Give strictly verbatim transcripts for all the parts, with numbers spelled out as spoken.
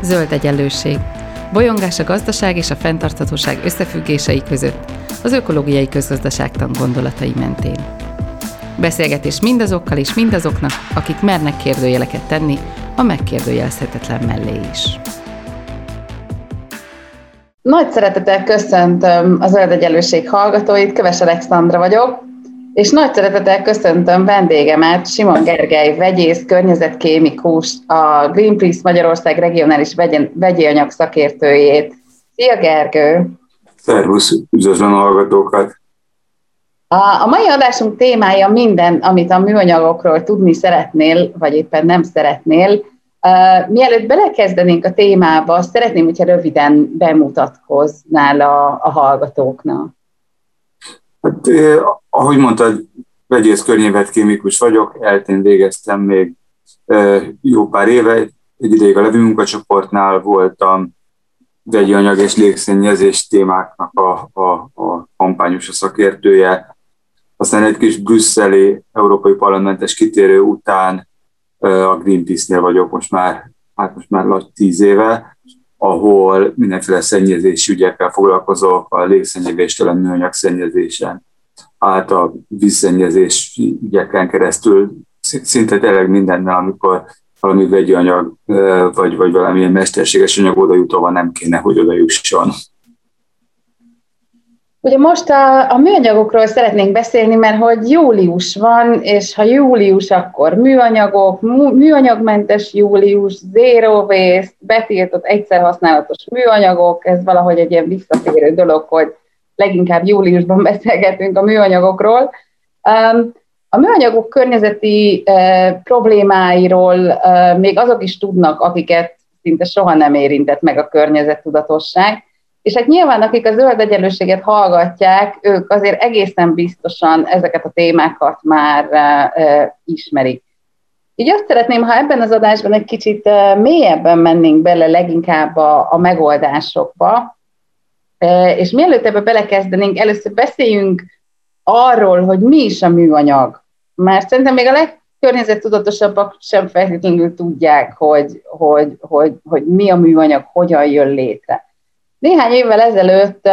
Zöld egyenlőség. Bolyongás a gazdaság és a fenntarthatóság összefüggései között, az ökológiai közgazdaságtan gondolatai mentén. Beszélgetés mindazokkal és mindazoknak, akik mernek kérdőjeleket tenni a megkérdőjelezhetetlen mellé is. Nagy szeretettel köszöntöm a Zöld Egyenlőség hallgatóit, Köves Alexandra vagyok, és nagy szeretettel köszöntöm vendégemet, Simon Gergely vegyész, környezetkémikus, a Greenpeace Magyarország regionális vegyi anyag szakértőjét. Szia, Gergő! Szervusz, üdvözlöm a hallgatókat! A, a mai adásunk témája minden, amit a műanyagokról tudni szeretnél, vagy éppen nem szeretnél. Uh, mielőtt belekezdenénk a témába, szeretném, hogyha röviden bemutatkoznál a, a hallgatóknak. Hát, eh, ahogy mondtad, vegyész környezetkémikus vagyok, eltén végeztem még eh, jó pár éve, egy ideig a Levi munkacsoportnál voltam vegyi anyag és légszennyezés témáknak a, a, a kampányos a szakértője. Aztán egy kis brüsszeli európai parlamentes kitérő után eh, a Greenpeace-nél vagyok most már, hát most már nagy tíz éve, ahol mindenféle szennyezési ügyekkel foglalkozok, a légszennyezéstől a műanyag szennyezésen, át a vízszennyezés ügyeken keresztül, szinte tényleg mindennel, amikor valami vegyi anyag, vagy, vagy valamilyen mesterséges anyag odajutóval nem kéne, hogy odajusson. Ugye most a, a műanyagokról szeretnénk beszélni, mert hogy július van, és ha július, akkor műanyagok, műanyagmentes július, zero waste, betiltott egyszerhasználatos műanyagok, ez valahogy egy ilyen visszatérő dolog, hogy leginkább júliusban beszélgetünk a műanyagokról. A műanyagok környezeti problémáiról még azok is tudnak, akiket szinte soha nem érintett meg a környezettudatosság. És hát nyilván, akik a zöld egyenlőséget hallgatják, ők azért egészen biztosan ezeket a témákat már uh, ismerik. Így azt szeretném, ha ebben az adásban egy kicsit uh, mélyebben mennénk bele leginkább a, a megoldásokba, uh, és mielőtt ebbe belekezdenénk, először beszéljünk arról, hogy mi is a műanyag. Mert szerintem még a legkörnyezettudatosabbak sem feltétlenül tudják, hogy, hogy, hogy, hogy mi a műanyag, hogyan jön létre. Néhány évvel ezelőtt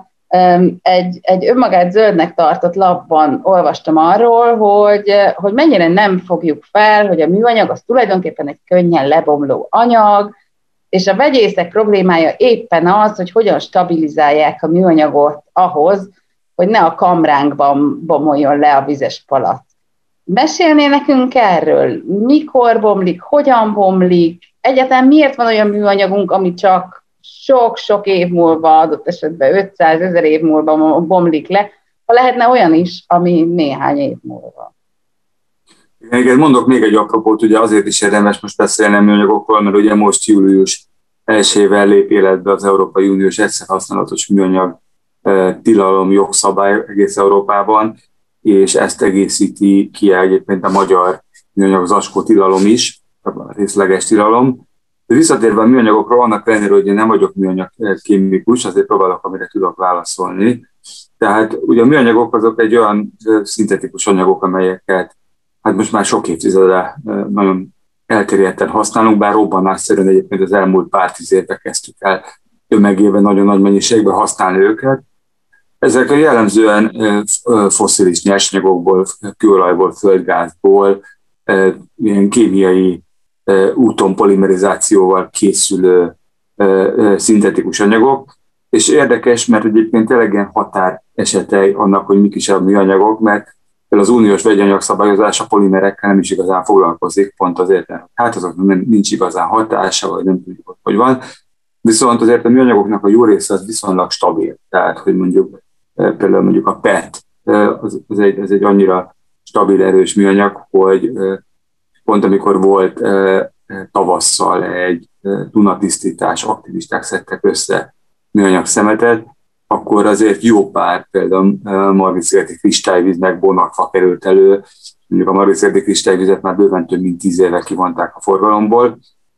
egy, egy önmagát zöldnek tartott lapban olvastam arról, hogy, hogy mennyire nem fogjuk fel, hogy a műanyag az tulajdonképpen egy könnyen lebomló anyag, és a vegyészek problémája éppen az, hogy hogyan stabilizálják a műanyagot ahhoz, hogy ne a kamránkban bomoljon le a vizes palack. Mesélnél nekünk erről? Mikor bomlik, hogyan bomlik, egyáltalán miért van olyan műanyagunk, ami csak sok-sok év múlva, adott esetben ötszázezer év múlva bomlik le, ha lehetne olyan is, ami néhány év múlva. Igen, mondok még egy apropót, ugye azért is érdemes most beszélni a műanyagokról, mert ugye most július elsejével lép életbe az Európai Uniós egyszerhasználatos műanyag tilalom jogszabály egész Európában, és ezt egészíti ki egyébként a magyar műanyag zacskó tilalom is, a részleges tilalom. Visszatérve a műanyagokról, annak ellenére, hogy én nem vagyok műanyag kémikus, azért próbálok, amire tudok válaszolni. Tehát ugye a műanyagok azok egy olyan szintetikus anyagok, amelyeket hát most már sok évtizede nagyon elterjedten használunk, bár robbanásszerűen egyébként az elmúlt pár tíz évben kezdtük el tömegében nagyon nagy mennyiségben használni őket. Ezek jellemzően fosszilis nyersanyagokból, kőolajból, földgázból, ilyen kémiai úton polimerizációval készülő szintetikus anyagok, és érdekes, mert egyébként tényleg ilyen határ esetei annak, hogy mik is a műanyagok, mert az uniós vegyanyag szabályozás a polimerekkel nem is igazán foglalkozik, pont azért, mert hát azoknak nincs igazán hatása, vagy nem tudjuk, hogy van. Viszont azért a műanyagoknak a jó része az viszonylag stabil, tehát hogy mondjuk például mondjuk a pé e té, az, az, egy, az egy annyira stabil, erős műanyag, hogy pont amikor volt tavasszal egy Dunatisztítás, aktivisták szedtek össze műanyag szemetet, akkor azért jó pár, például Margit-szigeti kristályvíz meg Bonakfa került elő, mondjuk a Margit-szigeti kristályvizet már bőven több mint tíz éve kivonták a forgalomból.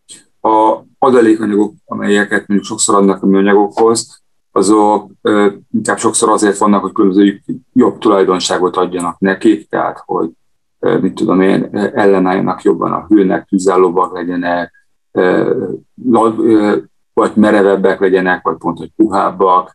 A adalékanyagok, amelyeket mondjuk sokszor adnak a műanyagokhoz, azok inkább sokszor azért vannak, hogy különböző jobb tulajdonságot adjanak nekik, tehát hogy mit tudom én, ellenálljanak jobban a hőnek, tűzállóbbak legyenek, vagy merevebbek legyenek, vagy pont, hogy puhábbak,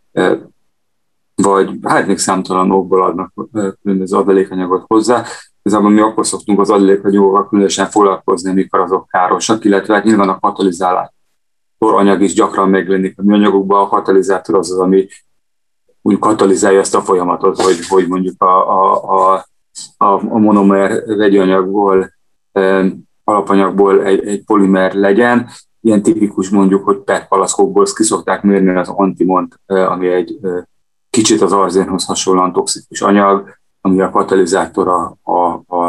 vagy hát még számtalan okból adnak különböző adalékanyagot hozzá. Ezzel mi akkor szoktunk az adalékanyagokkal különösen foglalkozni, amikor azok károsak, illetve hát nyilván a katalizátor anyag is gyakran megjelenik a műanyagokban. A katalizátor az az, ami úgy katalizálja ezt a folyamatot, hogy, hogy mondjuk a, a, a, a monomer vegyanyagból, alapanyagból egy, egy polimer legyen. Ilyen tipikus mondjuk, hogy pé e té palaszkokból ki szokták mérni az antimont, ami egy kicsit az arzénhoz hasonlóan toxikus anyag, ami a katalizátora a, a,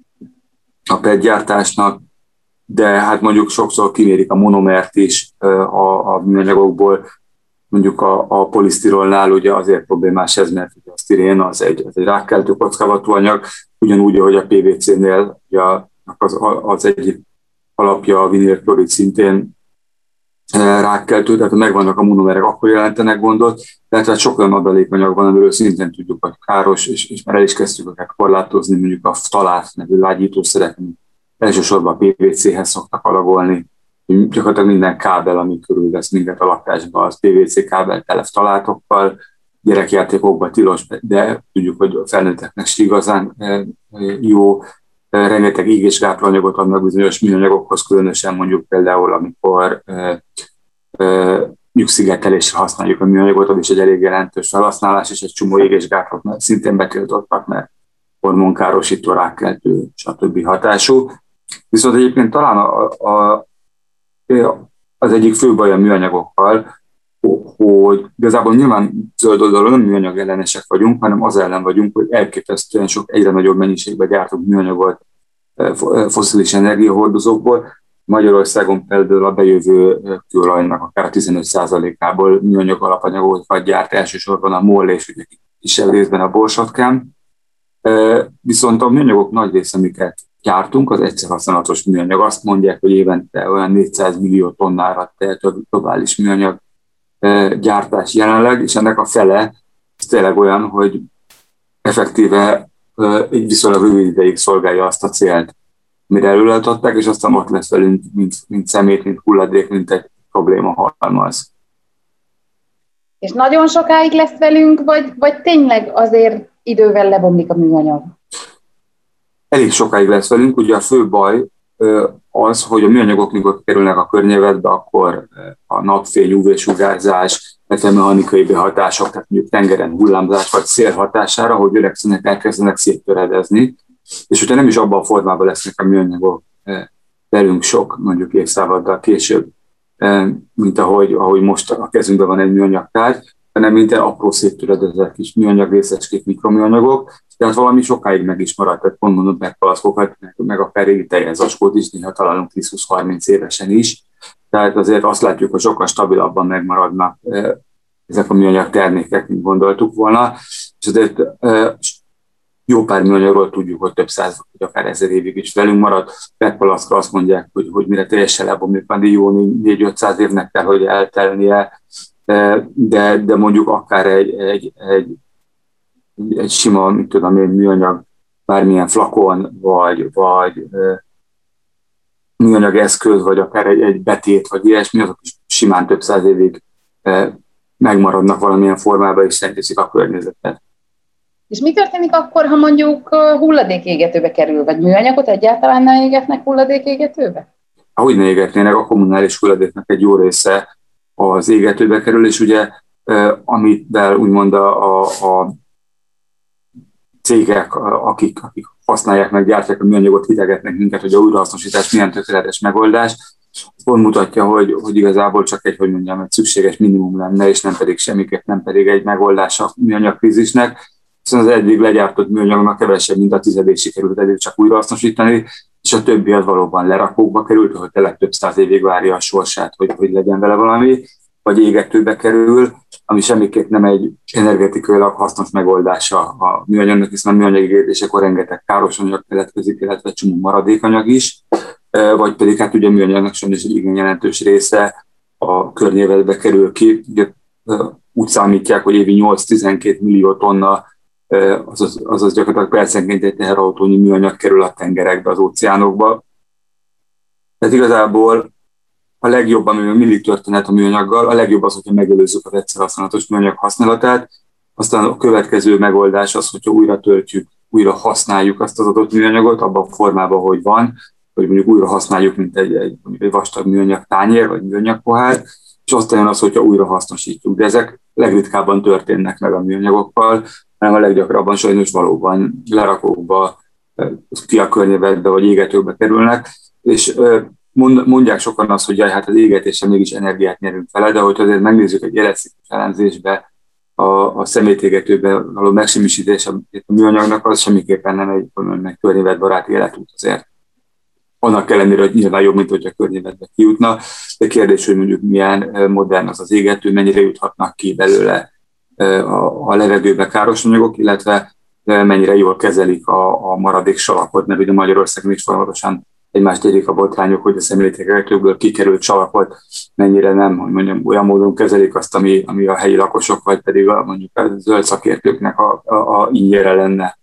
a pé e té gyártásnak, de hát mondjuk sokszor kimérik a monomert is a, a műanyagokból, mondjuk a, a polisztirolnál ugye azért problémás ez, mert a sztirén az egy, az egy rákkeltő kockávatú anyag, ugyanúgy, ahogy a pé vé cé-nél ugye az, az egyik alapja a vinilklorid szintén rákkeltő, tehát ha megvannak a monomerek, akkor jelentenek gondot, tehát hát sok olyan adalékanyag van, amiről szintén tudjuk, hogy káros, és, és már el is kezdtük őket korlátozni, mondjuk a ftalát nevű lágyítószerek, elsősorban a pé vé cé-hez szoktak alagolni, gyakorlatilag minden kábel, ami körülvesz minket a lakásban, az pé vé cé kábel tele ftalátokkal, gyerekjátékokban tilos, de tudjuk, hogy a felnőtteknek is igazán jó. Rengeteg égésgátló anyagot adnak bizonyos műanyagokhoz, különösen mondjuk például, amikor nyugszigetelésre használjuk a műanyagot, az is egy elég jelentős felhasználás, és egy csomó égésgátlót szintén betiltottak, mert hormonkárosító, rákkeltő, stb. Hatású. Viszont egyébként talán a, a, az egyik fő baj a műanyagokkal, hogy igazából nyilván zöld oldalon nem műanyag ellenesek vagyunk, hanem az ellen vagyunk, hogy elképesztően sok egyre nagyobb mennyiségben gyártunk műanyagot fosszilis energiahordozókból. Magyarországon például a bejövő kőolajnak akár tizenöt százalékából műanyag alapanyagokat gyárt, elsősorban a MOL és ugye kisebb részben a borsotkám. Viszont a műanyagok nagy része, amiket gyártunk, az egyszer használatos műanyag. Azt mondják, hogy évente olyan négyszáz millió tonnára tehet a globális műanyag gyártás jelenleg, és ennek a fele ez tényleg olyan, hogy effektíve egy viszonylag rövid ideig szolgálja azt a célt, mire előadták, és aztán ott lesz velünk, mint, mint szemét, mint hulladék, mint egy probléma halmaz. És nagyon sokáig lesz velünk, vagy, vagy tényleg azért idővel lebomlik a műanyag? Elég sokáig lesz velünk, ugye a fő baj az, hogy a műanyagok, mikor kerülnek a környezetbe, akkor a napfény, ú vé-sugárzás, illetve mechanikai behatások, tehát mondjuk tengeren hullámzás vagy szél hatására, hogy öregszenek, elkezdenek széttöredezni, és hogyha nem is abban a formában lesznek a műanyagok velünk sok, mondjuk évszázaddal később, mint ahogy, ahogy most a kezünkben van egy műanyagtárgy, hanem minden apró széttöredezett kis műanyag részecskék, mikroműanyagok, tehát valami sokáig meg is maradt, tehát pont mondom, meg palaszkokat, meg akár régi tejenzacskót is, néha találunk tíz-húsz-harminc évesen is. Tehát azért azt látjuk, hogy sokkal stabilabban megmaradnak ezek a műanyag termékek, mint gondoltuk volna. És azért jó pár műanyagról tudjuk, hogy több száz, vagy akár ezer évig is velünk marad. pé e té palaszkra azt mondják, hogy, hogy mire teljesen lebomlik, van jó négy-ötszáz évnek kell, hogy eltelnie, de, de mondjuk akár egy, egy, egy egy sima, mit tudom én, műanyag, bármilyen flakon, vagy, vagy e, műanyag eszköz, vagy akár egy, egy betét, vagy ilyesmi, azok is simán több száz évig e, megmaradnak valamilyen formában, és szennyezik a környezetet. És mi történik akkor, ha mondjuk hulladékégetőbe kerül, vagy műanyagot egyáltalán ne égetnek hulladékégetőbe? Ahogy ne égetnének, a kommunális hulladéknak egy jó része az égetőbe kerül, és ugye e, amivel úgymond a, a, a cégek, akik, akik használják meg, gyártják a műanyagot, hidegetnek minket, hogy a újrahasznosítás milyen tökéletes megoldás. Pont mutatja, hogy, hogy igazából csak egy, hogy mondjam, egy szükséges minimum lenne, és nem pedig semmiképp, nem pedig egy megoldás a műanyagkrízisnek. Hiszen az eddig legyártott műanyagnak kevesebb, mint a tizedét sikerült eddig csak újrahasznosítani, és a többi az valóban lerakókba került, hogy tényleg több száz évig várja a sorsát, hogy, hogy legyen vele valami, vagy égetőbe kerül, ami semmiképp nem egy energetikailag hasznos megoldása a műanyagnak, hiszen a műanyag égetésekor rengeteg káros anyag keletkezik, illetve csomó maradékanyag is, vagy pedig hát ugye a műanyagnak sajnos egy igen jelentős része a környezetbe kerül ki. Ugye, úgy számítják, hogy évi nyolc-tizenkét millió tonna, azaz, azaz gyakorlatilag percenként egy teherautónyi műanyag kerül a tengerekbe, az óceánokba. Tehát igazából a legjobb, ami mindig történhet a műanyaggal, a legjobb az, hogyha megelőzzük az egyszerhasználatos műanyag használatát. Aztán a következő megoldás az, hogyha újra töltjük, újra használjuk azt az adott műanyagot abban a formában, hogy van, hogy mondjuk újra használjuk, mint egy, egy, egy vastag műanyag tányér, vagy műanyag pohár, és aztán jön az, hogyha újra hasznosítjuk. De ezek legritkábban történnek meg a műanyagokkal, hanem a leggyakrabban sajnos valóban lerakókba, ki a környezetbe, vagy égetőkbe kerülnek, és mondják sokan azt, hogy jaj, hát az égetésen mégis energiát nyerünk vele, de hogyha azért megnézzük egy életciklus elemzésbe, a, a szemétégetőben való megsemmisítés a műanyagnak, az semmiképpen nem egy, egy környezetbarát életút azért. Annak ellenére, hogy nyilván jobb, mint hogyha környezetbe kijutna, de kérdés, hogy mondjuk milyen modern az az égető, mennyire juthatnak ki belőle a, a levegőbe káros anyagok, illetve mennyire jól kezelik a, a maradék salakot, mert ugye Magyarországon is folyamatosan egymást érik a botrányok, hogy a személytégetőkből kikerült salakot mennyire nem, hogy mondjam, olyan módon kezelik azt, ami, ami a helyi lakosok, vagy pedig a, mondjuk a zöld szakértőknek a, a, a ínyére lenne.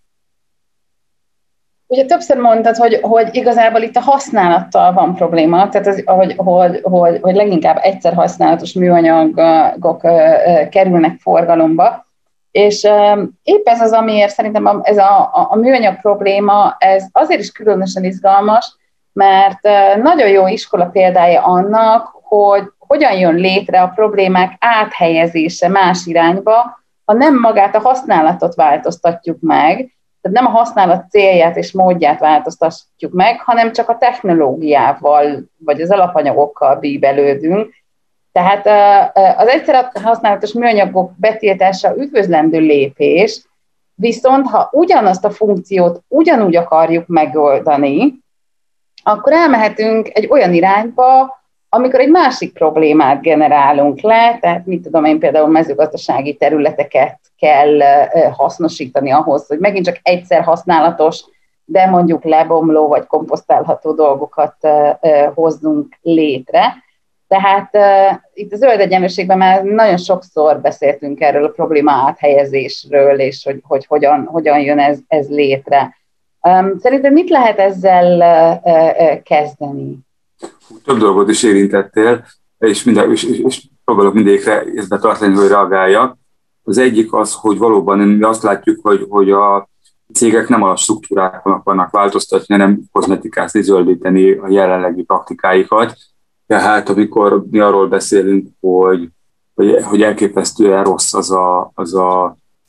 Ugye többször mondtad, hogy, hogy igazából itt a használattal van probléma, tehát az, hogy, hogy, hogy, hogy leginkább egyszer használatos műanyagok kerülnek forgalomba, és épp ez az, amiért szerintem ez a, a, a műanyag probléma, ez azért is különösen izgalmas, mert nagyon jó iskola példája annak, hogy hogyan jön létre a problémák áthelyezése más irányba, ha nem magát a használatot változtatjuk meg, tehát nem a használat célját és módját változtatjuk meg, hanem csak a technológiával vagy az alapanyagokkal bíbelődünk. Tehát az egyszer használatos műanyagok betiltása üdvözlendő lépés, viszont ha ugyanazt a funkciót ugyanúgy akarjuk megoldani, akkor elmehetünk egy olyan irányba, amikor egy másik problémát generálunk le, tehát mit tudom én, például mezőgazdasági területeket kell hasznosítani ahhoz, hogy megint csak egyszer használatos, de mondjuk lebomló vagy komposztálható dolgokat hozzunk létre. Tehát uh, itt a zöld egyenlőségben már nagyon sokszor beszéltünk erről a probléma áthelyezésről, és hogy, hogy hogyan, hogyan jön ez, ez létre. Um, Szerintem mit lehet ezzel uh, uh, kezdeni? Több dolgot is érintettél, és, minden, és, és, és próbálok mindegyikre észbe tartani, hogy reagáljak. Az egyik az, hogy valóban mi azt látjuk, hogy, hogy a cégek nem a struktúrákon akarnak változtatni, hanem kozmetikázni, zöldíteni a jelenlegi praktikáikat. Tehát amikor mi arról beszélünk, hogy, hogy, hogy elképesztően rossz az, a, az, a,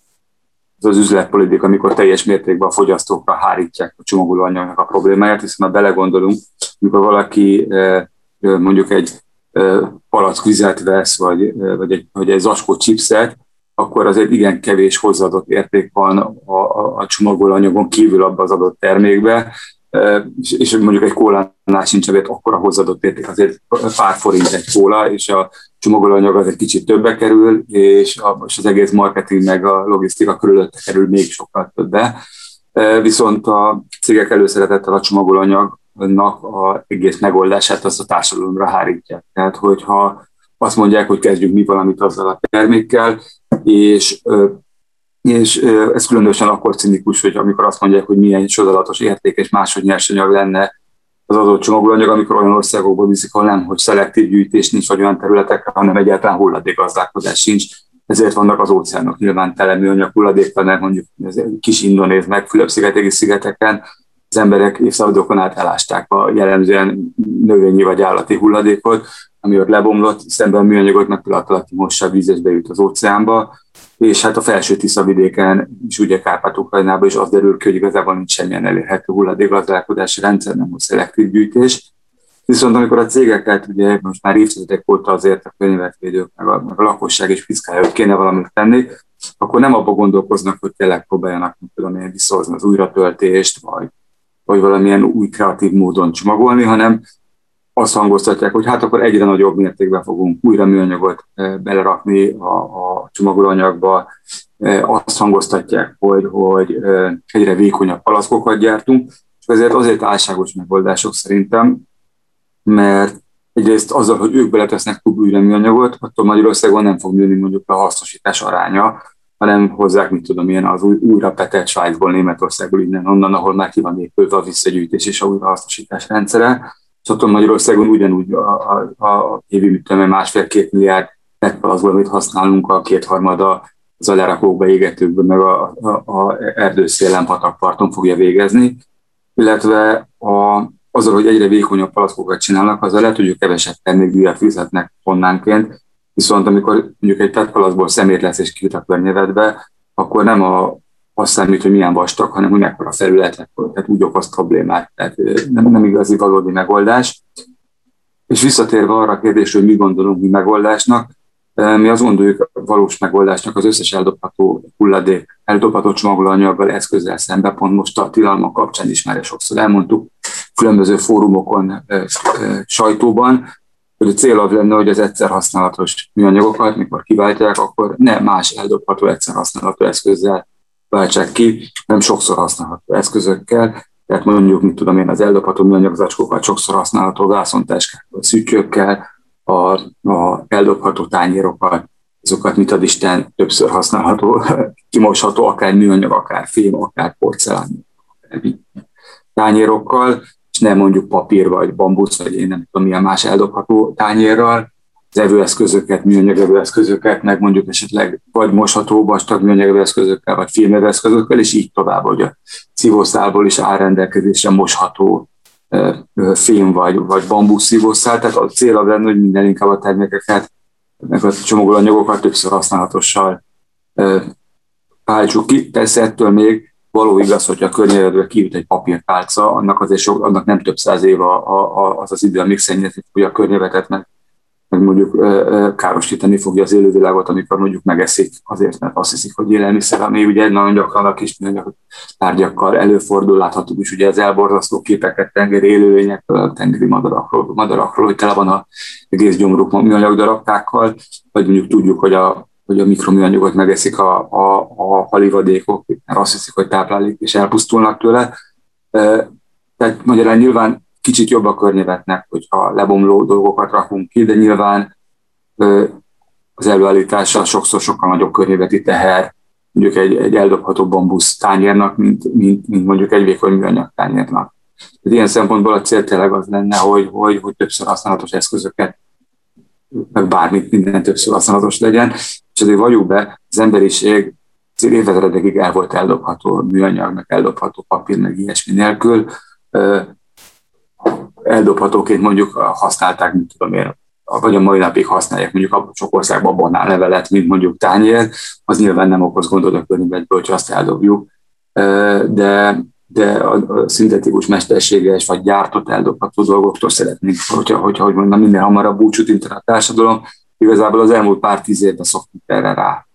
az az üzletpolitika, amikor teljes mértékben a fogyasztókra hárítják a csomagolóanyagnak a problémáját, hiszen ha belegondolunk, amikor valaki mondjuk egy palack vizet vesz, vagy, vagy, egy, vagy egy zacskó chipset, akkor azért igen kevés hozzáadott érték van a, a, a csomagolóanyagon kívül abban az adott termékben, és, és mondjuk egy kólánál sincs azért akkora hozzáadott érték, azért pár forint egy kóla, és a csomagolóanyag az egy kicsit többe kerül, és, a, és az egész marketing meg a logisztika körülötte kerül még sokkal többe. Viszont a cégek előszeretettel a csomagolóanyagnak az egész megoldását azt a társadalomra hárítják. Tehát, hogyha azt mondják, hogy kezdjük mi valamit azzal a termékkel, és, és ez különösen akkor cinikus, hogy amikor azt mondják, hogy milyen csodálatos érték és máshogy nyersanyag lenne az adott csomagolóanyag, amikor olyan országokból viszik, ahol nem, hogy szelektív gyűjtés nincs, vagy olyan területekre, hanem egyáltalán hulladékgazdálkodás sincs. Ezért vannak az óceánok nyilván tele műanyag hulladékkal, mert mondjuk kis indonéz meg Fülöp-szigeteki szigeteken az emberek évszázadokon át elásták a jellemzően növényi vagy állati hulladékot, ami ott lebomlott, szemben a műanyagot meg pillanat alatt mossa a víz és bejut az óceánba, és hát a felső Tisza-vidéken is ugye Kárpát-Ukrajnában is az derül ki, hogy igazából nincs semmilyen elérhető hulladékgazdálkodási rendszer, nem volt szelektív gyűjtés. Viszont amikor a cégeket, ugye most már évtizedek óta azért a környezetvédők, meg a, meg a lakosság is piszkálja, hogy kéne valamit tenni, akkor nem abba gondolkoznak, hogy tényleg próbáljanak, nem tudom én, visszahozni az újratöltést, vagy, vagy valamilyen új kreatív módon csomagolni, hanem azt hangoztatják, hogy hát akkor egyre nagyobb mértékben fogunk újra műanyagot belerakni a, a csomagolóanyagba. Azt hangoztatják, hogy, hogy egyre vékonyabb palackokat gyártunk, és ezért azért álságos megoldások szerintem, mert egyrészt azzal, hogy ők beletesznek több újra műanyagot, attól Magyarországon nem fog nőni mondjuk a hasznosítás aránya, hanem hozzák, mit tudom én, az új, újra petett Svájcból, Németországból, innen, onnan, ahol már ki van épülve a visszagyűjtés és a újrahasznosítás rendszere. Szóval Magyarországon ugyanúgy a, a, a évi műtőmben másfél-két milliárd petpalaszból, amit használunk, a kétharmada az a lerakókba, égetőkben, meg a, a, a erdőszélen, patakparton fogja végezni, illetve a, azzal, hogy egyre vékonyabb palaszkokat csinálnak, azzal lehet, hogy ők kevesebb termékdíjat fizetnek tonnánként, viszont amikor mondjuk egy petpalaszból szemét lesz és kijut a környezetbe, akkor nem a, azt számít, hogy milyen vastag, hanem hogy mekkora felület, tehát úgy okoz problémát, tehát nem, nem igazi valódi megoldás. És visszatérve arra a kérdésre, hogy mi gondolunk mi megoldásnak, mi azt gondoljuk valós megoldásnak az összes eldobható hulladék, eldobható csomagolóanyaggal, eszközzel szembe, pont most a tilalmak kapcsán is már sokszor elmondtuk, különböző fórumokon, sajtóban, hogy a cél az lenne, hogy az egyszer használatos műanyagokat, mikor kiváltják, akkor ne más eldobható egyszer használatú eszközzel váltsák ki, hanem sokszor használható eszközökkel. Tehát mondjuk, mit tudom én, az eldobható műanyagzacskókat sokszor használható vászontáskával, szűtyőkkel, a, a eldobható tányérokat, azokat, mit ad Isten, többször használható, kimosható, akár műanyag, akár fém, akár porcelán tányérokkal, és nem mondjuk papír, vagy bambusz, vagy én nem tudom, milyen más eldobható tányérral, az evőeszközöket, műanyag evőeszközöket, meg mondjuk esetleg vagy mosható vastag műanyag evőeszközökkel, vagy filmevőeszközökkel, és így tovább, hogy a szívószálból is áll rendelkezésre mosható fém vagy, vagy bambusz szívószál. Tehát a cél az lenne, hogy minden inkább a termékeket, meg a csomagolóanyagokat többször használatossal váltsuk ki. Persze ettől még való igaz, hogy a környezetbe kijut egy papírtálca, annak azért sok, annak nem több száz év a, a, az az idő, amíg szennyezi fogja a környezetet, meg, meg mondjuk károsítani fogja az élővilágot, amikor mondjuk megeszik, azért, mert azt hiszik, hogy élelmiszer, ami ugye nagyon gyakran a kis műanyag tárgyakkal előfordul, láthatunk is ugye az elborzasztó képeket tengeri élőlényekről, tengeri madarakról, madarakról, hogy tele van a egész gyomruk műanyag darabkákkal, vagy mondjuk tudjuk, hogy a hogy a mikroműanyagot megeszik a, a, a halivadékok, mert azt hiszik, hogy táplálék, és elpusztulnak tőle. Tehát magyarán nyilván kicsit jobb a környezetnek, hogyha lebomló dolgokat rakunk ki, de nyilván az előállítása sokszor sokkal nagyobb környezeti teher, mondjuk egy, egy eldobható bambusz tányérnak, mint, mint, mint mondjuk egy vékony műanyag tányérnak. Tehát ilyen szempontból a cél tényleg az lenne, hogy, hogy, hogy többször használatos eszközöket, meg bármit, minden többször használatos legyen, és azért valljuk be, az emberiség évezredekig el volt eldobható műanyag, meg eldobható papír, meg ilyesmi nélkül. Eldobhatóként mondjuk használták, mint tudom én, vagy a mai napig használják mondjuk a sok országban a banánlevelet, mint mondjuk tányér, az nyilván nem okoz gondot a környezetből, hogy azt eldobjuk, de, de a szintetikus, mesterséges vagy gyártott eldobható dolgoktól szeretnénk, hogyha, hogyha hogy mondom, minden hamarabb búcsút inter a társadalom. Igazából az elmúlt pár tíz évben szoktunk erre rá.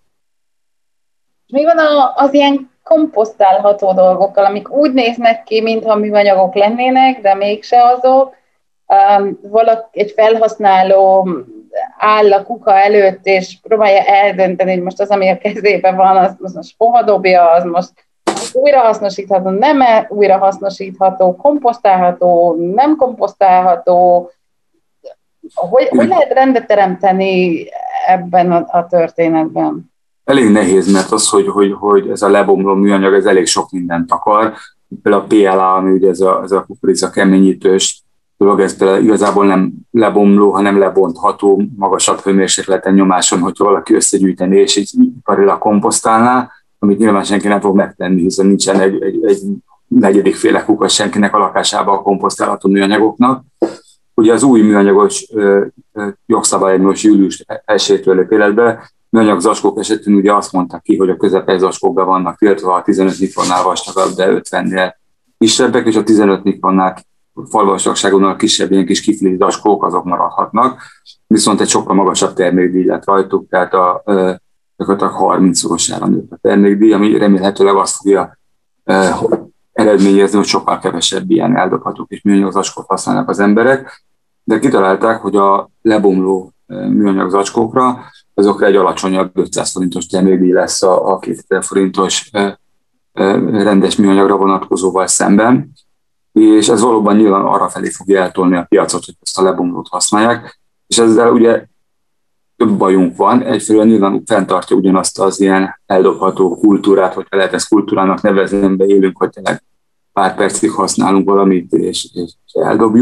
Mi van az ilyen komposztálható dolgokkal, amik úgy néznek ki, mintha műanyagok lennének, de mégse azok? Um, valaki, egy felhasználó áll a kuka előtt, és próbálja eldönteni, hogy most az, ami a kezében van, az, az most hova dobja, az most újrahasznosítható, nem újrahasznosítható, komposztálható, nem komposztálható. Hogy, hogy lehet rendet teremteni ebben a, a történetben? Elég nehéz, mert az, hogy, hogy, hogy ez a lebomló műanyag, ez elég sok mindent akar. Például a pé el á, ami ugye ez a, ez a kukorica keményítős dolog, ez például igazából nem lebomló, hanem lebontható magasabb hőmérsékleten nyomáson, hogyha valaki összegyűjteni és így iparilag komposztálná, amit nyilván senki nem fog megtenni, hiszen nincsen egy, egy, egy negyedik féle kukas senkinek a lakásában a komposztálható műanyagoknak. Ugye az új műanyagos jogszabály most július elsejétől lép életbe, műanyag zacskók esetén ugye azt mondták ki, hogy a közepes zacskókban vannak tiltva a tizenöt mikronnál vastagabb, de ötvennél kisebbek, és a tizenöt mikronnál falvastagságonál kisebb ilyen kis kifli zacskók, azok maradhatnak, viszont egy sokkal magasabb termékdíj lett rajtuk, tehát a gyakorlatilag harmincszorosára nőtt a termékdíj, ami remélhetőleg azt fogja eredményezni, hogy sokkal kevesebb ilyen eldobható kis műanyag zacskót használnak az emberek, de kitalálták, hogy a lebomló műanyag zacskókra azokra egy alacsonyabb ötszáz forintos termékdíj lesz a, a kétezer forintos rendes műanyagra vonatkozóval szemben, és ez valóban nyilván arra felé fogja eltolni a piacot, hogy ezt a lebomlót használják, és ezzel ugye több bajunk van. Egyfelől nyilván fenntartja ugyanazt az ilyen eldobható kultúrát, hogyha lehet ezt kultúrának nevezni, be élünk, hogy tényleg pár percig használunk valamit, és, és eldobjuk.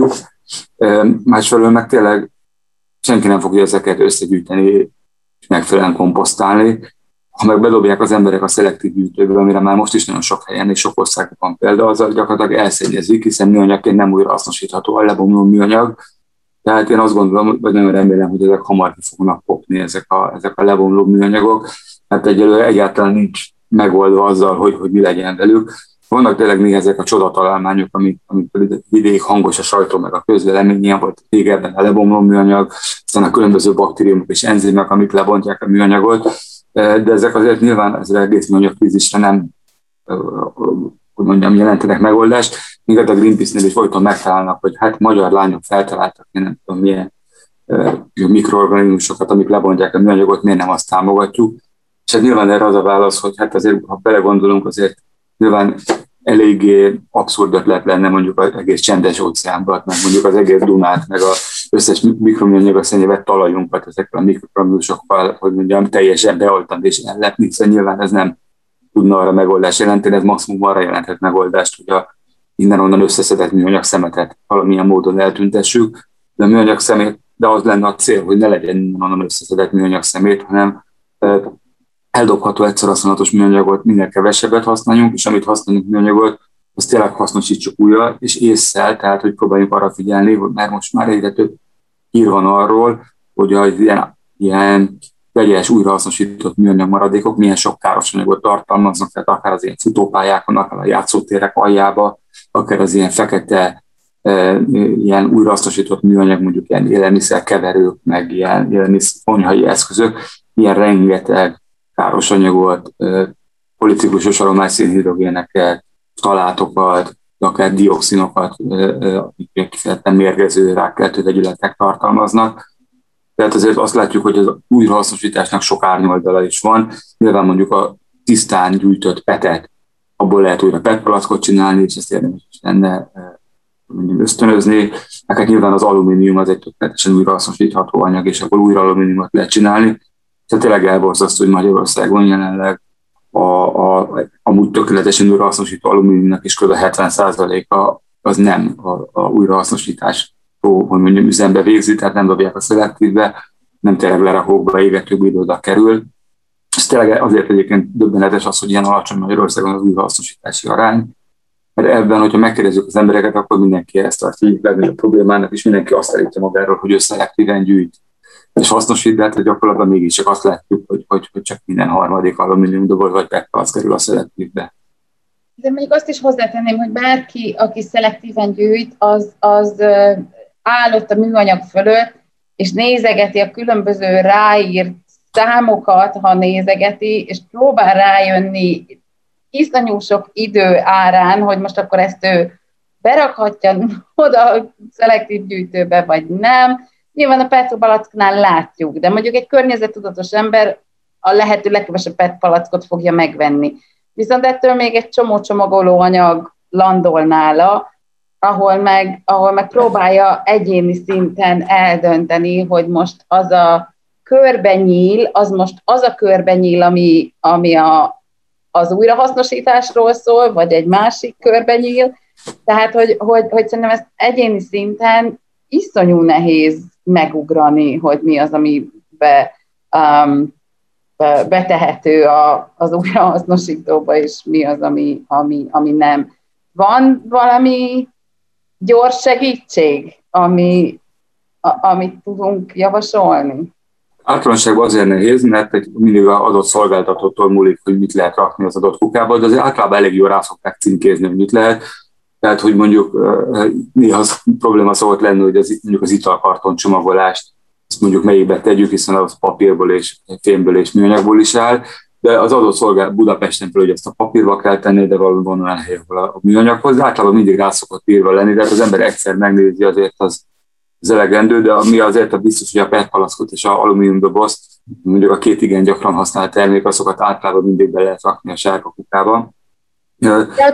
Másfelől meg tényleg senki nem fogja ezeket összegyűjteni és megfelelően komposztálni. Ha meg bedobják az emberek a szelektív gyűjtőbe, amire már most is nagyon sok helyen és sok országban van példa, azzal gyakorlatilag elszennyezik, hiszen műanyagként nem újra hasznosítható a lebomló műanyag. Tehát én azt gondolom, vagy nagyon remélem, hogy ezek hamar ki fognak kopni, ezek a, ezek a lebomló műanyagok. Hát egyelőre egyáltalán nincs megoldva azzal, hogy, hogy mi legyen velük. Vannak tényleg még ezek a csodatalálmányok, amik, amik vidék hangos a sajtó, meg a közvélemény, ilyen volt régebben a lebomló műanyag, aztán a különböző baktériumok és enzimek, amik lebontják a műanyagot, de ezek azért nyilván az egész műanyagkrízisre nem, hogy mondjam, jelentenek megoldást. Míg a Greenpeace-nél is folyton megtalálnak, hogy hát magyar lányok feltaláltak, én nem tudom milyen mikroorganizmusokat, amik lebontják a műanyagot, miért nem azt támogatjuk. És hát nyilván erre az a válasz, hogy hát azért, ha belegondolunk, azért nyilván eléggé abszurd ötlet lenne mondjuk az egész csendes óceánban, meg mondjuk az egész Dunát, meg az összes mikroműanyaggal szennyezett talajunkat ezekkel a mikroorganizmusokkal, hogy mondjam, teljesen beoltani és ellepni, hiszen nyilván ez nem tudna arra megoldást jelenteni, ez maximum arra jelenthet megoldást, hogy a innen-onnan összeszedett műanyag szemetet valamilyen módon eltüntessük, de a műanyag szemét, de az lenne a cél, hogy ne legyen innen-onnan összeszedett műanyag szemét, hanem eldobható egyszer használatos műanyagot minél kevesebbet használjunk, és amit használunk műanyagot, azt tényleg hasznosítsuk újra, és ésszel, tehát hogy próbáljuk arra figyelni, hogy mert most már egyre több hír van arról, hogy az ilyen, ilyen vegyes, újrahasznosított műanyag maradékok milyen sok káros anyagot tartalmaznak, tehát akár az ilyen futópályákon, akár a játszótérek aljába, akár az ilyen fekete, e, ilyen újrahasznosított műanyag, mondjuk ilyen élelmiszerkeverők, meg ilyen élelmiszer konyhai eszközök, ilyen rengeteg káros anyagot, e, policiklusos aromás-szénhidrogéneket, talátokat, akár dioxinokat, e, e, amik kifejezetten mérgező rákkeltő vegyületek tartalmaznak. Tehát azért azt látjuk, hogy az újrahasznosításnak sok árnyoldala is van. Nyilván mondjuk a tisztán gyűjtött petet, abból lehet újra petpalackot csinálni, és ezt érdemes is lenne mondjuk ösztönözni. Hát nyilván az alumínium az egy tökéletesen újrahasznosítható anyag, és akkor újra alumíniumot lehet csinálni. Tehát tényleg elborzasztó, hogy Magyarországon jelenleg a, a, amúgy tökéletesen újrahasznosító alumíniumnak is kb. hetven százaléka az nem a, a újrahasznosítás, hogy mondjam, üzembe végzi, tehát nem dobják a szelektívbe, nem tényleg lerakókba, égetőkbe oda kerül. Ez tényleg azért egyébként döbbenetes az, hogy ilyen alacsony Magyarországon az újrahasznosítási arány, mert ebben, hogyha megkérdezzük az embereket, akkor mindenki ezt tartja legnagyobb problémának, és mindenki azt állítja magáról, hogy ő szelektíven gyűjt és hasznosít, de hát gyakorlatban mégiscsak azt látjuk, hogy, hogy, hogy csak minden harmadik alumínium doboz vagy petpalack kerül a szelektívbe. De mondjuk azt is hozzátenném, hogy bárki, aki szelektíven gyűjt, az, az állott a műanyag fölött, és nézegeti a különböző ráírt számokat, ha nézegeti, és próbál rájönni iszonyú sok idő árán, hogy most akkor ezt ő berakhatja oda a szelektív gyűjtőbe, vagy nem. Nyilván a petpalacknál látjuk, de mondjuk egy környezettudatos ember a lehető legkevesebb petpalackot fogja megvenni. Viszont ettől még egy csomó csomagolóanyag landol nála, ahol meg, ahol meg próbálja egyéni szinten eldönteni, hogy most az a körbenyíl, az most az a körbenyíl, ami, ami a, az újrahasznosításról szól, vagy egy másik körbenyíl. Tehát, hogy, hogy, hogy szerintem ezt egyéni szinten iszonyú nehéz megugrani, hogy mi az, ami be, um, be, betehető a, az újrahasznosítóba, és mi az, ami, ami, ami nem. Van valami gyors segítség, ami, a, amit tudunk javasolni? Általánosságban azért nehéz, mert egy mindig az adott szolgáltatótól múlik, hogy mit lehet rakni az adott kukába, de azért általában elég jól rá szokták címkézni, hogy mit lehet. Tehát, hogy mondjuk néha az probléma szokott lenni, hogy az, mondjuk az italkarton csomagolást, ezt mondjuk melyikbe tegyük, hiszen az papírből és fémből és műanyagból is áll, de az adott szolgálat Budapesten például, hogy ezt a papírba kell tenni, de valóban olyan hely, ahol a műanyaghoz, de általában mindig rá szokott írva lenni, de az ember egyszer megnézi, azért az, az elegendő, de ami azért a biztos, hogy a petpalackot és a alumíniumdobozt, mondjuk a két igen gyakran használt termék, azokat általában mindig be lehet rakni a sárga kukába. De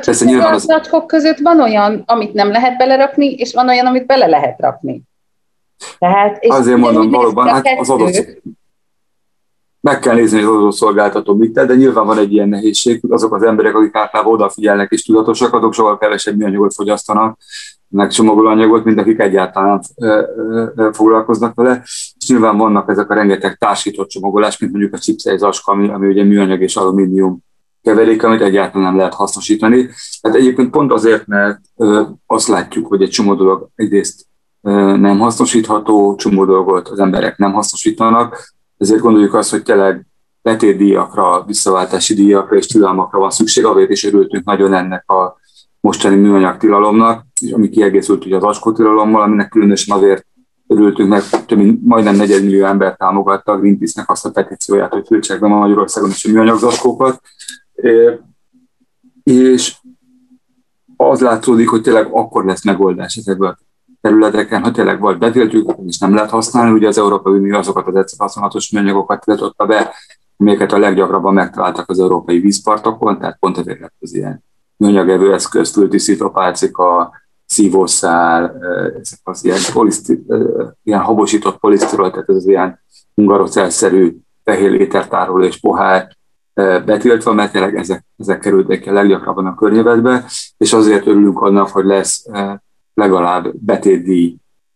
a az... zacskók között van olyan, amit nem lehet belerakni, és van olyan, amit bele lehet rakni. Tehát, és azért mondom, valóban, hát az adott... meg kell nézni, hogy az adószolgáltató mit tett, de nyilván van egy ilyen nehézség, hogy azok az emberek, akik általában odafigyelnek és tudatosak, azok sokkal kevesebb műanyagot fogyasztanak, meg csomagolóanyagot, mint akik egyáltalán foglalkoznak vele. És nyilván vannak ezek a rengeteg társított csomagolás, mint mondjuk a chipsejz aska, ami, ami ugye műanyag és alumínium keverék, amit egyáltalán nem lehet hasznosítani. Tehát egyébként pont azért, mert azt látjuk, hogy egy csomó dolog egyrészt nem hasznosítható, csomó dolgot az emberek nem hasznosítanak, ezért gondoljuk azt, hogy tényleg betétdíjakra, visszaváltási díjakra és tilalmakra van szükség, azért is örültünk nagyon ennek a mostani műanyag tilalomnak, ami kiegészült ugye az acskótilalommal, aminek különösen azért örültünk, mert több mint majdnem negyedmillió ember támogatta a Greenpeace-nek azt a petícióját, hogy tiltsák be Magyarországon is a műanyag zacskókat. És az látszódik, hogy tényleg akkor lesz megoldás ezekből a területeken, ha tényleg vagy betiltjuk, és nem lehet használni, ugye az Európai Unió azokat az egyszer használatos műanyagokat tiltotta be, amelyeket a leggyakrabban megtaláltak az európai vízpartokon, tehát pont ezért lett az ilyen műanyagevő eszköz, fültisztító pálcika, szívószál, ezek az ilyen, poliszti, ilyen habosított polisztirol, tehát ez az ilyen hungarocell-szerű fehér létertároló és pohár betiltva, mert tényleg ezek, ezek kerültek el leggyakrabban a környezetbe, és azért örülünk annak, hogy lesz legalább betétdíj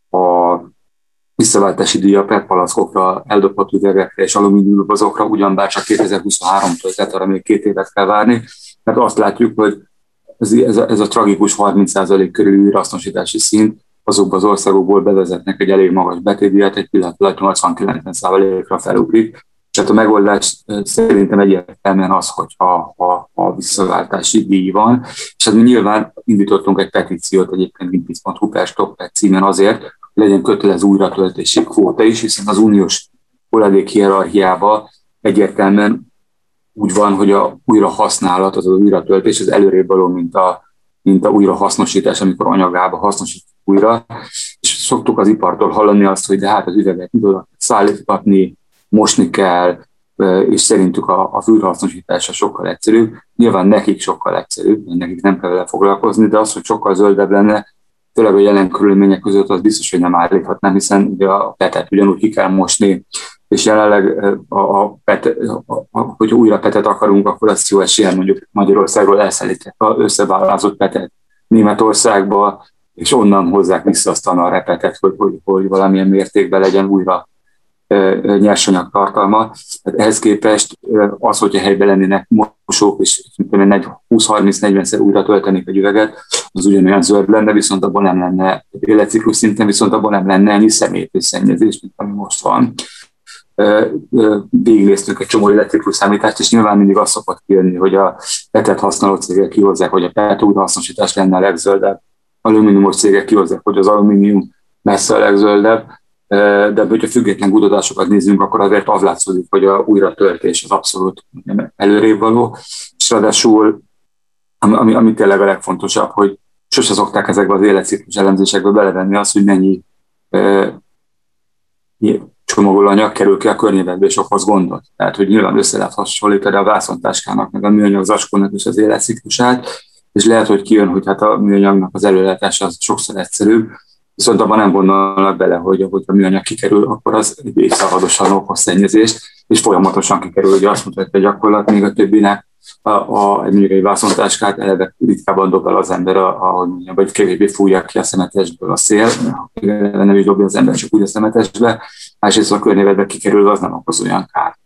a visszaváltási díj a pé e té palackokra, eldobott üvegekre és alumíniumdobozokra, ugyanbár csak kétezer-huszonháromtól, tehát arra még két évet kell várni, mert azt látjuk, hogy ez, ez, a, ez a tragikus harminc százalék körüli újrahasznosítási szint azokban az országokból bevezetnek egy elég magas betétdíjat, egy pillanat nyolcvan-kilencven százalékra felugrik. Tehát a megoldás szerintem egyértelműen az, hogy a, a, a visszaváltási díj van, és hát mi nyilván indítottunk egy petíciót egyébként greenpeace pont hu per stop címen azért, hogy legyen kötelező újratöltési kvóta is, hiszen az uniós hulladék hierarchiában egyértelműen úgy van, hogy a újrahasználat, az az újratöltés, az előrébb való, mint a, mint a újrahasznosítás, amikor anyagába hasznosítjuk újra, és szoktuk az ipartól hallani azt, hogy de hát az üveget oda szállítgatni, mosni kell, és szerintük a, a újrahasznosítása sokkal egyszerűbb. Nyilván nekik sokkal egyszerűbb, nekik nem kell vele foglalkozni, de az, hogy sokkal zöldebb lenne, főleg a jelen körülmények között az biztos, hogy nem állíthatnám, hiszen ugye a petet ugyanúgy ki kell mosni, és jelenleg, a, a pet, a, a, hogyha újra petet akarunk, akkor azt jó esélyen mondjuk Magyarországról elszállítják az összeválázott petet Németországba, és onnan hozzák vissza aztán a repetet, hogy, hogy, hogy valamilyen mértékben legyen újra nyersanyag tartalma. Hát ehhez képest az, hogyha helyben lennének mosók, és húsz-harminc-negyvenszer újra töltenék egy üveget, az ugyanolyan zöld lenne, viszont abban nem lenne életciklus szinten, viszont abban nem lenne ennyi szemét és szennyezés, mint ami most van. Végignéztünk egy csomó életciklus számítást, és nyilván mindig azt szokott kijönni, hogy a petet használó cégek kihozzák, hogy a pet újrahasznosítás lenne a legzöldebb, alumíniumos cégek kihozzák, hogy az alumínium messze a legzöldebb, de hogyha független kutatásokat nézzünk, akkor azért az látszódik, hogy a újratöltés az abszolút előrébb való, és ráadásul, ami, ami tényleg a legfontosabb, hogy sose szokták ezekbe az életciklus elemzésekbe belevenni azt, hogy mennyi e, csomagolóanyag kerül ki a környezetbe, és okoz gondot. Tehát, hogy nyilván össze lehet hasonlítani a vászontáskának, meg a műanyag zacskónak is az életciklusát, és lehet, hogy kijön, hogy hát a műanyagnak az előállítása az sokszor egyszerűbb, viszont abban nem gondolnak bele, hogy ahogy a műanyag kikerül, akkor az egy évszázadosan okoz szennyezést, és folyamatosan kikerül, hogy azt mutatja a gyakorlat, még a többinek a, a, mondjuk egy vászontáskát eleve ritkában dob el az ember, ahogy mondjam, vagy kevésbé fújja ki a szemetesből a szél, nem is dobja az ember csak úgy a szemetesbe, másrészt a környezetbe kikerül, az nem okoz olyan kár.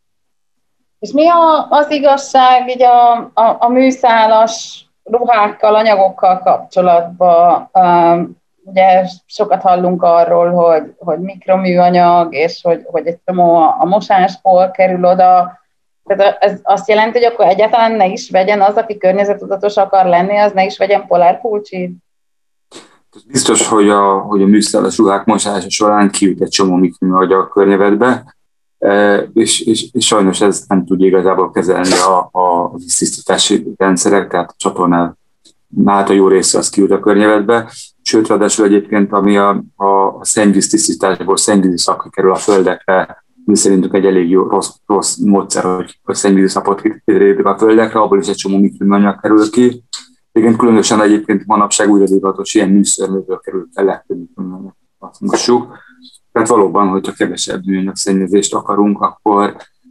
És mi a, az igazság így a, a, a műszálas ruhákkal, anyagokkal kapcsolatban? Um, Ugye sokat hallunk arról, hogy, hogy mikroműanyag, és hogy, hogy egy csomó a mosásból kerül oda. Tehát ez azt jelenti, hogy akkor egyáltalán ne is vegyen az, aki környezettudatos akar lenni, az ne is vegyen polárpulcsit? Biztos, hogy a, hogy a műszálas ruhák mosása során kijut egy csomó mikroműanyag a környezetbe, és, és, és sajnos ez nem tudja igazából kezelni a, a tisztítási rendszerek, tehát a csatornál hát a jó része az kijut a környezetbe, sőt, ráadásul egyébként, ami a, a, a szennyvíz tisztításból szennyvízi szak kerül a földekre, mi szerintünk egy elég jó, rossz, rossz módszer, hogy a szennyvízi szapot kitérjük a földekre, abból is egy csomó mikroműanyag kerül ki. Igen, különösen egyébként manapság újra divatos ilyen műszörméből kerül el legtöbb mikroműanyag, azt mossuk. Tehát valóban, hogyha kevesebb műanyag szennyezést akarunk, akkor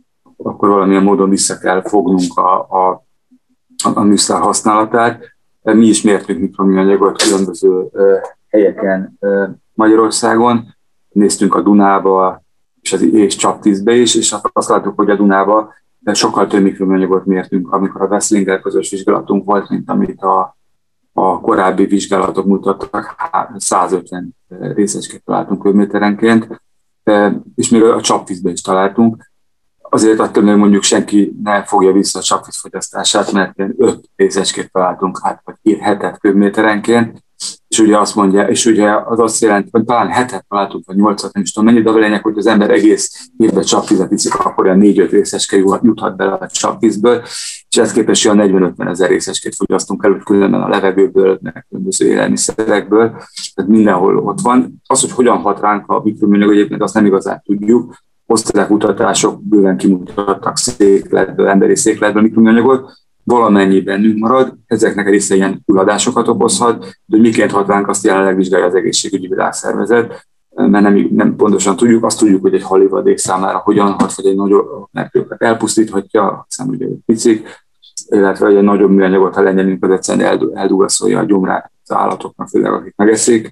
akkor valamilyen módon vissza kell fognunk a, a, a műszer használatát. Mi is mértünk mikroműanyagot különböző helyeken Magyarországon. Néztünk a Dunába és, az, és Csapvízbe is, és azt láttuk, hogy a Dunába sokkal több mikroműanyagot mértünk, amikor a Wesslinger közös vizsgálatunk volt, mint amit a, a korábbi vizsgálatok mutattak, száz ötven részecskét találtunk köbméterenként, és még a Csapvízbe is találtunk. Azért attól, hogy mondjuk senki ne fogja vissza a csapvíz fogyasztását, mert ilyen öt részecskét találtunk át, vagy két hetet köbméterenként, és ugye azt mondja, és ugye az azt jelenti, hogy talán hetet találtunk, vagy nyolcat, nem is tudom mennyi, de a lényeg, hogy az ember egész évben csapvízet iszik, akkor olyan négy-öt részecske juthat bele a csapvízből, és ezt képest olyan negyven-ötven ezer részecskét fogyasztunk el, különben a levegőből, meg különböző élelmiszerekből, tehát mindenhol ott van. Az, hogy hogyan hat ránk a mikroműanyag, egyébként azt nem igazán tudjuk. Osztálykutatások bőven kimutattak székletből, emberi székletből mikroműanyagot, valamennyi bennünk marad, ezeknek egy része ilyen hulladásokat okozhat, de hogy miként hat ránk, azt jelenleg vizsgálja az Egészségügyi Világszervezet, mert nem, nem pontosan tudjuk, azt tudjuk, hogy egy halivadék számára hogyan hat, vagy egy nagyobb, mert őket elpusztíthatja, hiszen ugye picik, illetve egy nagyobb műanyagot, ha lenyelünk, az egyszerűen eldugaszolja a gyomrát az állatoknak, főleg akik megeszik,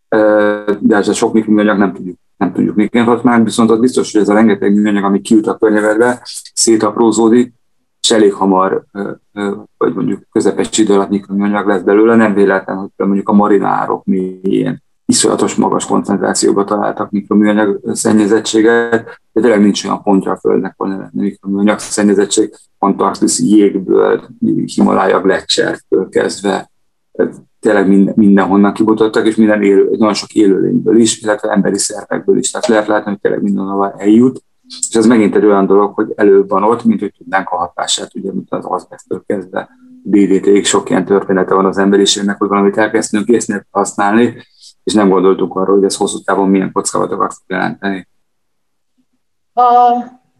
de ez a sok mikroműanyag nem tudjuk. nem tudjuk miként hat már, viszont az biztos, hogy ez a rengeteg műanyag, ami kijut a környezetbe, szétaprózódik, és elég hamar, vagy mondjuk közepes idő alatt mikroműanyag lesz belőle, nem véletlen, hogy mondjuk a marinárok mélyén iszonyatos magas koncentrációban találtak mikroműanyag szennyezettséget, de tényleg nincs olyan pontja a Földnek, ahol ne lehetne mikroműanyag szennyezettség, antarktiszi jégből, Himalája gleccsertől kezdve, tényleg minden, mindenhonnan kimutattak, és minden élő, nagyon sok élőlényből is, illetve emberi szervekből is. Tehát lehet látni, hogy tényleg mindenhol eljut, és ez megint egy olyan dolog, hogy előbb van ott, mint hogy tudnánk a hatását, ugye, mint az azbesztől kezdve dé dé té-ig sok ilyen története van az emberiségnek, hogy valamit elkezdtünk észnél használni, és nem gondoltunk arra, hogy ez hosszú távon milyen kockázatokat fog jelenteni. Ha,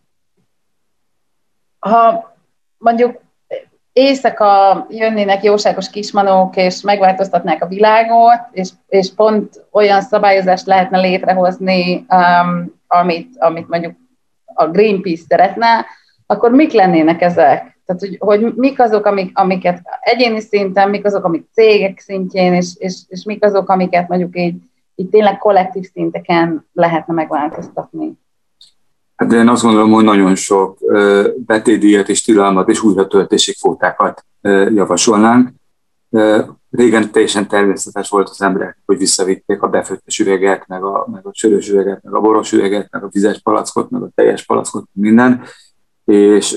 ha mondjuk éjszaka jönnének jóságos kismanók, és megváltoztatnák a világot, és, és pont olyan szabályozást lehetne létrehozni, um, amit, amit mondjuk a Greenpeace szeretne, akkor mik lennének ezek? Tehát, hogy, hogy mik azok, amik, amiket egyéni szinten, mik azok, amik cégek szintjén, és, és, és mik azok, amiket mondjuk így, így tényleg kollektív szinteken lehetne megváltoztatni? Hát én azt gondolom, hogy nagyon sok betétdíjat és tilalmat és újratöltési kvótákat javasolnánk. Régen teljesen természetes volt az emberek, hogy visszavitték a befőttes üveget, meg a, meg a sörös üveget, meg a boros üveget, meg a vizes palackot, meg a teljes palackot, minden. És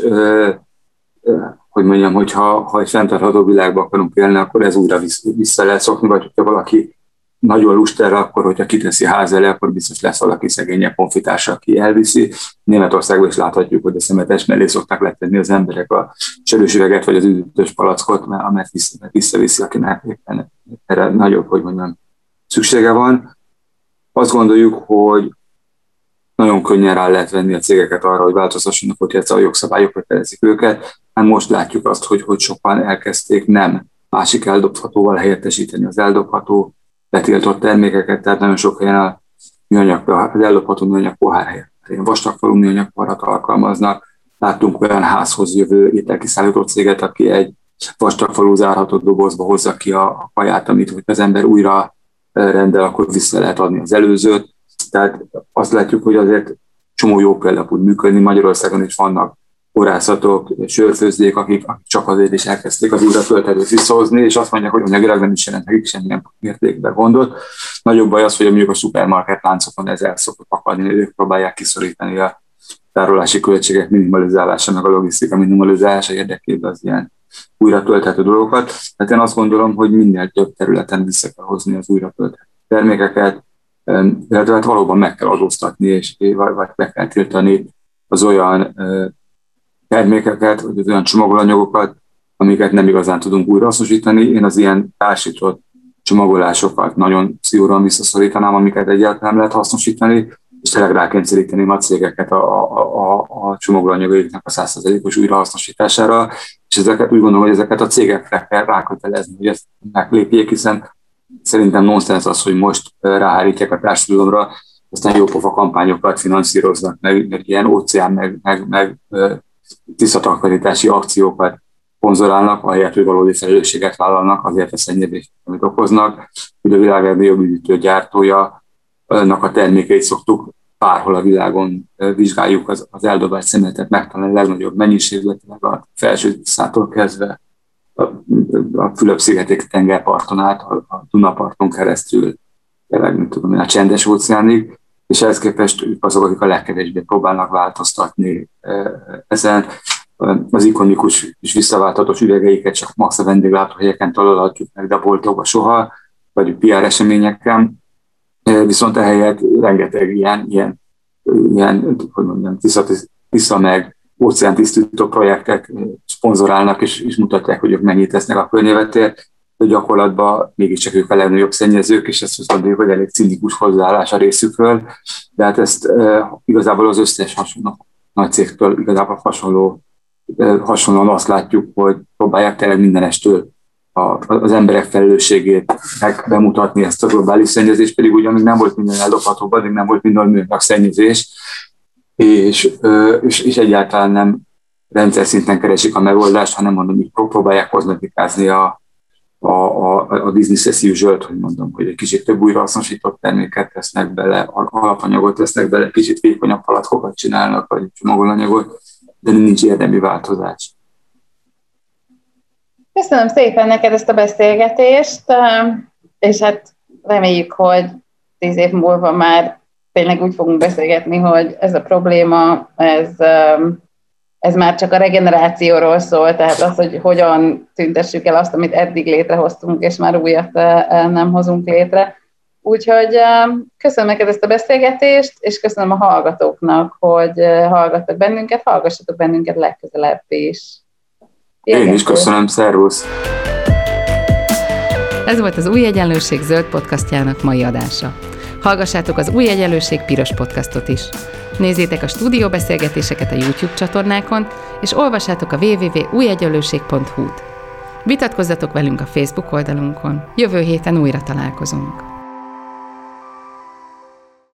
hogy mondjam, hogy ha, ha egy fenntartható világban akarunk élni, akkor ez újra vissza lehet szokni, vagy hogyha valaki nagyon lust erre, akkor, hogyha kiteszi ház elé, akkor biztos lesz valaki szegényebb honfitársa, aki elviszi. Németországban is láthatjuk, hogy a szemetes mellé szokták letenni az emberek a sörös üveget, vagy az üdítős palackot, mert visszaviszi, akinek éppen erre nagyobb, hogy mondjam, szüksége van. Azt gondoljuk, hogy nagyon könnyen rá lehet venni a cégeket arra, hogy változtassanak, hogy egyszer a jogszabályokra terezik őket. Hát most látjuk azt, hogy, hogy sokan elkezdték nem másik eldobhatóval helyettesíteni az eldobható betiltott termékeket, tehát nagyon sok helyen a műanyag, az eldobható műanyag pohár helyett vastagfalú műanyag poharat alkalmaznak. Láttunk olyan házhoz jövő ételkiszállító céget, aki egy vastagfalú zárható dobozba hozza ki a kaját, amit hogy az ember újra rendel, akkor vissza lehet adni az előzőt. Tehát azt látjuk, hogy azért csomó jó példa tud működni. Magyarországon is vannak borászatok, sörfőzdék, akik, akik csak azért is elkezdték az újratöltetőt visszahozni, és azt mondják, hogy anyagilag nem is jelent nekik semmilyen mértékben gondot. Nagyobb baj az, hogy mondjuk a szupermarket láncokon ez el szokott akadni, ők próbálják kiszorítani a tárolási költségek minimalizálása, meg a logisztika minimalizálása érdekében az ilyen újratölthető dolgokat. Tehát én azt gondolom, hogy minél több területen vissza kell hozni az újratölthető termékeket, illetve hát valóban meg kell adóztatni, és vagy be kell tiltani az olyan termékeket, vagy az olyan csomagolanyagokat, amiket nem igazán tudunk újrahasznosítani. Én az ilyen társított csomagolásokat nagyon szigorúan visszaszorítanám, amiket egyáltalán nem lehet hasznosítani, és tényleg rákényszeríteném a cégeket a, a, a, a csomagolanyagoknak a száz százalékos újrahasznosítására, és ezeket úgy gondolom, hogy ezeket a cégekre kell rákötelezni, hogy ezt meglépjék, hiszen szerintem nonsens az, hogy most ráhárítják a társadalomra, aztán jópofa kampányokat finanszíroznak, meg, meg ilyen óceán, meg, meg, meg tisztatakarítási akciókat szponzorálnak, ahelyett, hogy valódi felelősséget vállalnak azért a szennyezést, amit okoznak. Ugye a világ legnagyobb üdítő gyártója, annak a termékeit szoktuk bárhol a világon vizsgáljuk, az, az eldobált szemetet megtalálni a legnagyobb mennyiségletleg a felső szától kezdve a, a Fülöp-szigetek tengerparton át, a, a Dunaparton keresztül, tényleg, nem tudom, a csendes óceánig, és ehhez képest ők azok, akik a legkevésbé próbálnak változtatni ezen. Az ikonikus és visszaválthatós üvegeiket csak max a vendéglátóhelyeken találhatjuk meg, de a boltokban soha, vagy pé er eseményeken. Viszont ehelyett rengeteg ilyen, ilyen, ilyen hogy mondjam, tisza, tisza meg óceántisztító projektek szponzorálnak, és, és mutatják, hogy ők mennyit tesznek a környezetért, de gyakorlatban mégiscsak ők a legnagyobb szennyezők, és ezt azt mondjuk, hogy elég cinikus hozzáállás a részükről, de hát ezt e, igazából az összes hasonló nagy cégtől igazából hasonló, e, hasonlóan azt látjuk, hogy próbálják tényleg mindenestől a, az emberek felelősségét meg bemutatni, ezt a globális szennyezést, pedig ugye amíg nem volt minden eldobhatóbb, addig nem volt minden műanyag szennyezés, és, és, és egyáltalán nem rendszer szinten keresik a megoldást, hanem mondom, hogy próbálják kozmetikázni a, a, a, a business as usual-t, hogy mondom, hogy egy kicsit több újrahasznosított terméket tesznek bele, alapanyagot tesznek bele, kicsit vékonyabb palackokat csinálnak, vagy csomagolanyagot, de nincs érdemi változás. Köszönöm szépen neked ezt a beszélgetést, és hát reméljük, hogy tíz év múlva már tényleg úgy fogunk beszélgetni, hogy ez a probléma, ez, ez már csak a regenerációról szól, tehát az, hogy hogyan tüntessük el azt, amit eddig létrehoztunk, és már újat nem hozunk létre. Úgyhogy köszönöm neked ezt a beszélgetést, és köszönöm a hallgatóknak, hogy hallgattak bennünket, hallgassatok bennünket legközelebb is. Én is köszönöm, szervusz! Ez volt az Új Egyenlőség zöld podcastjának mai adása. Hallgassátok az Új Egyenlőség piros podcastot is. Nézzétek a stúdióbeszélgetéseket a YouTube csatornákon, és olvassátok a double-u double-u double-u pont új egyenlőség pont hu-t. Vitatkozzatok velünk a Facebook oldalunkon. Jövő héten újra találkozunk.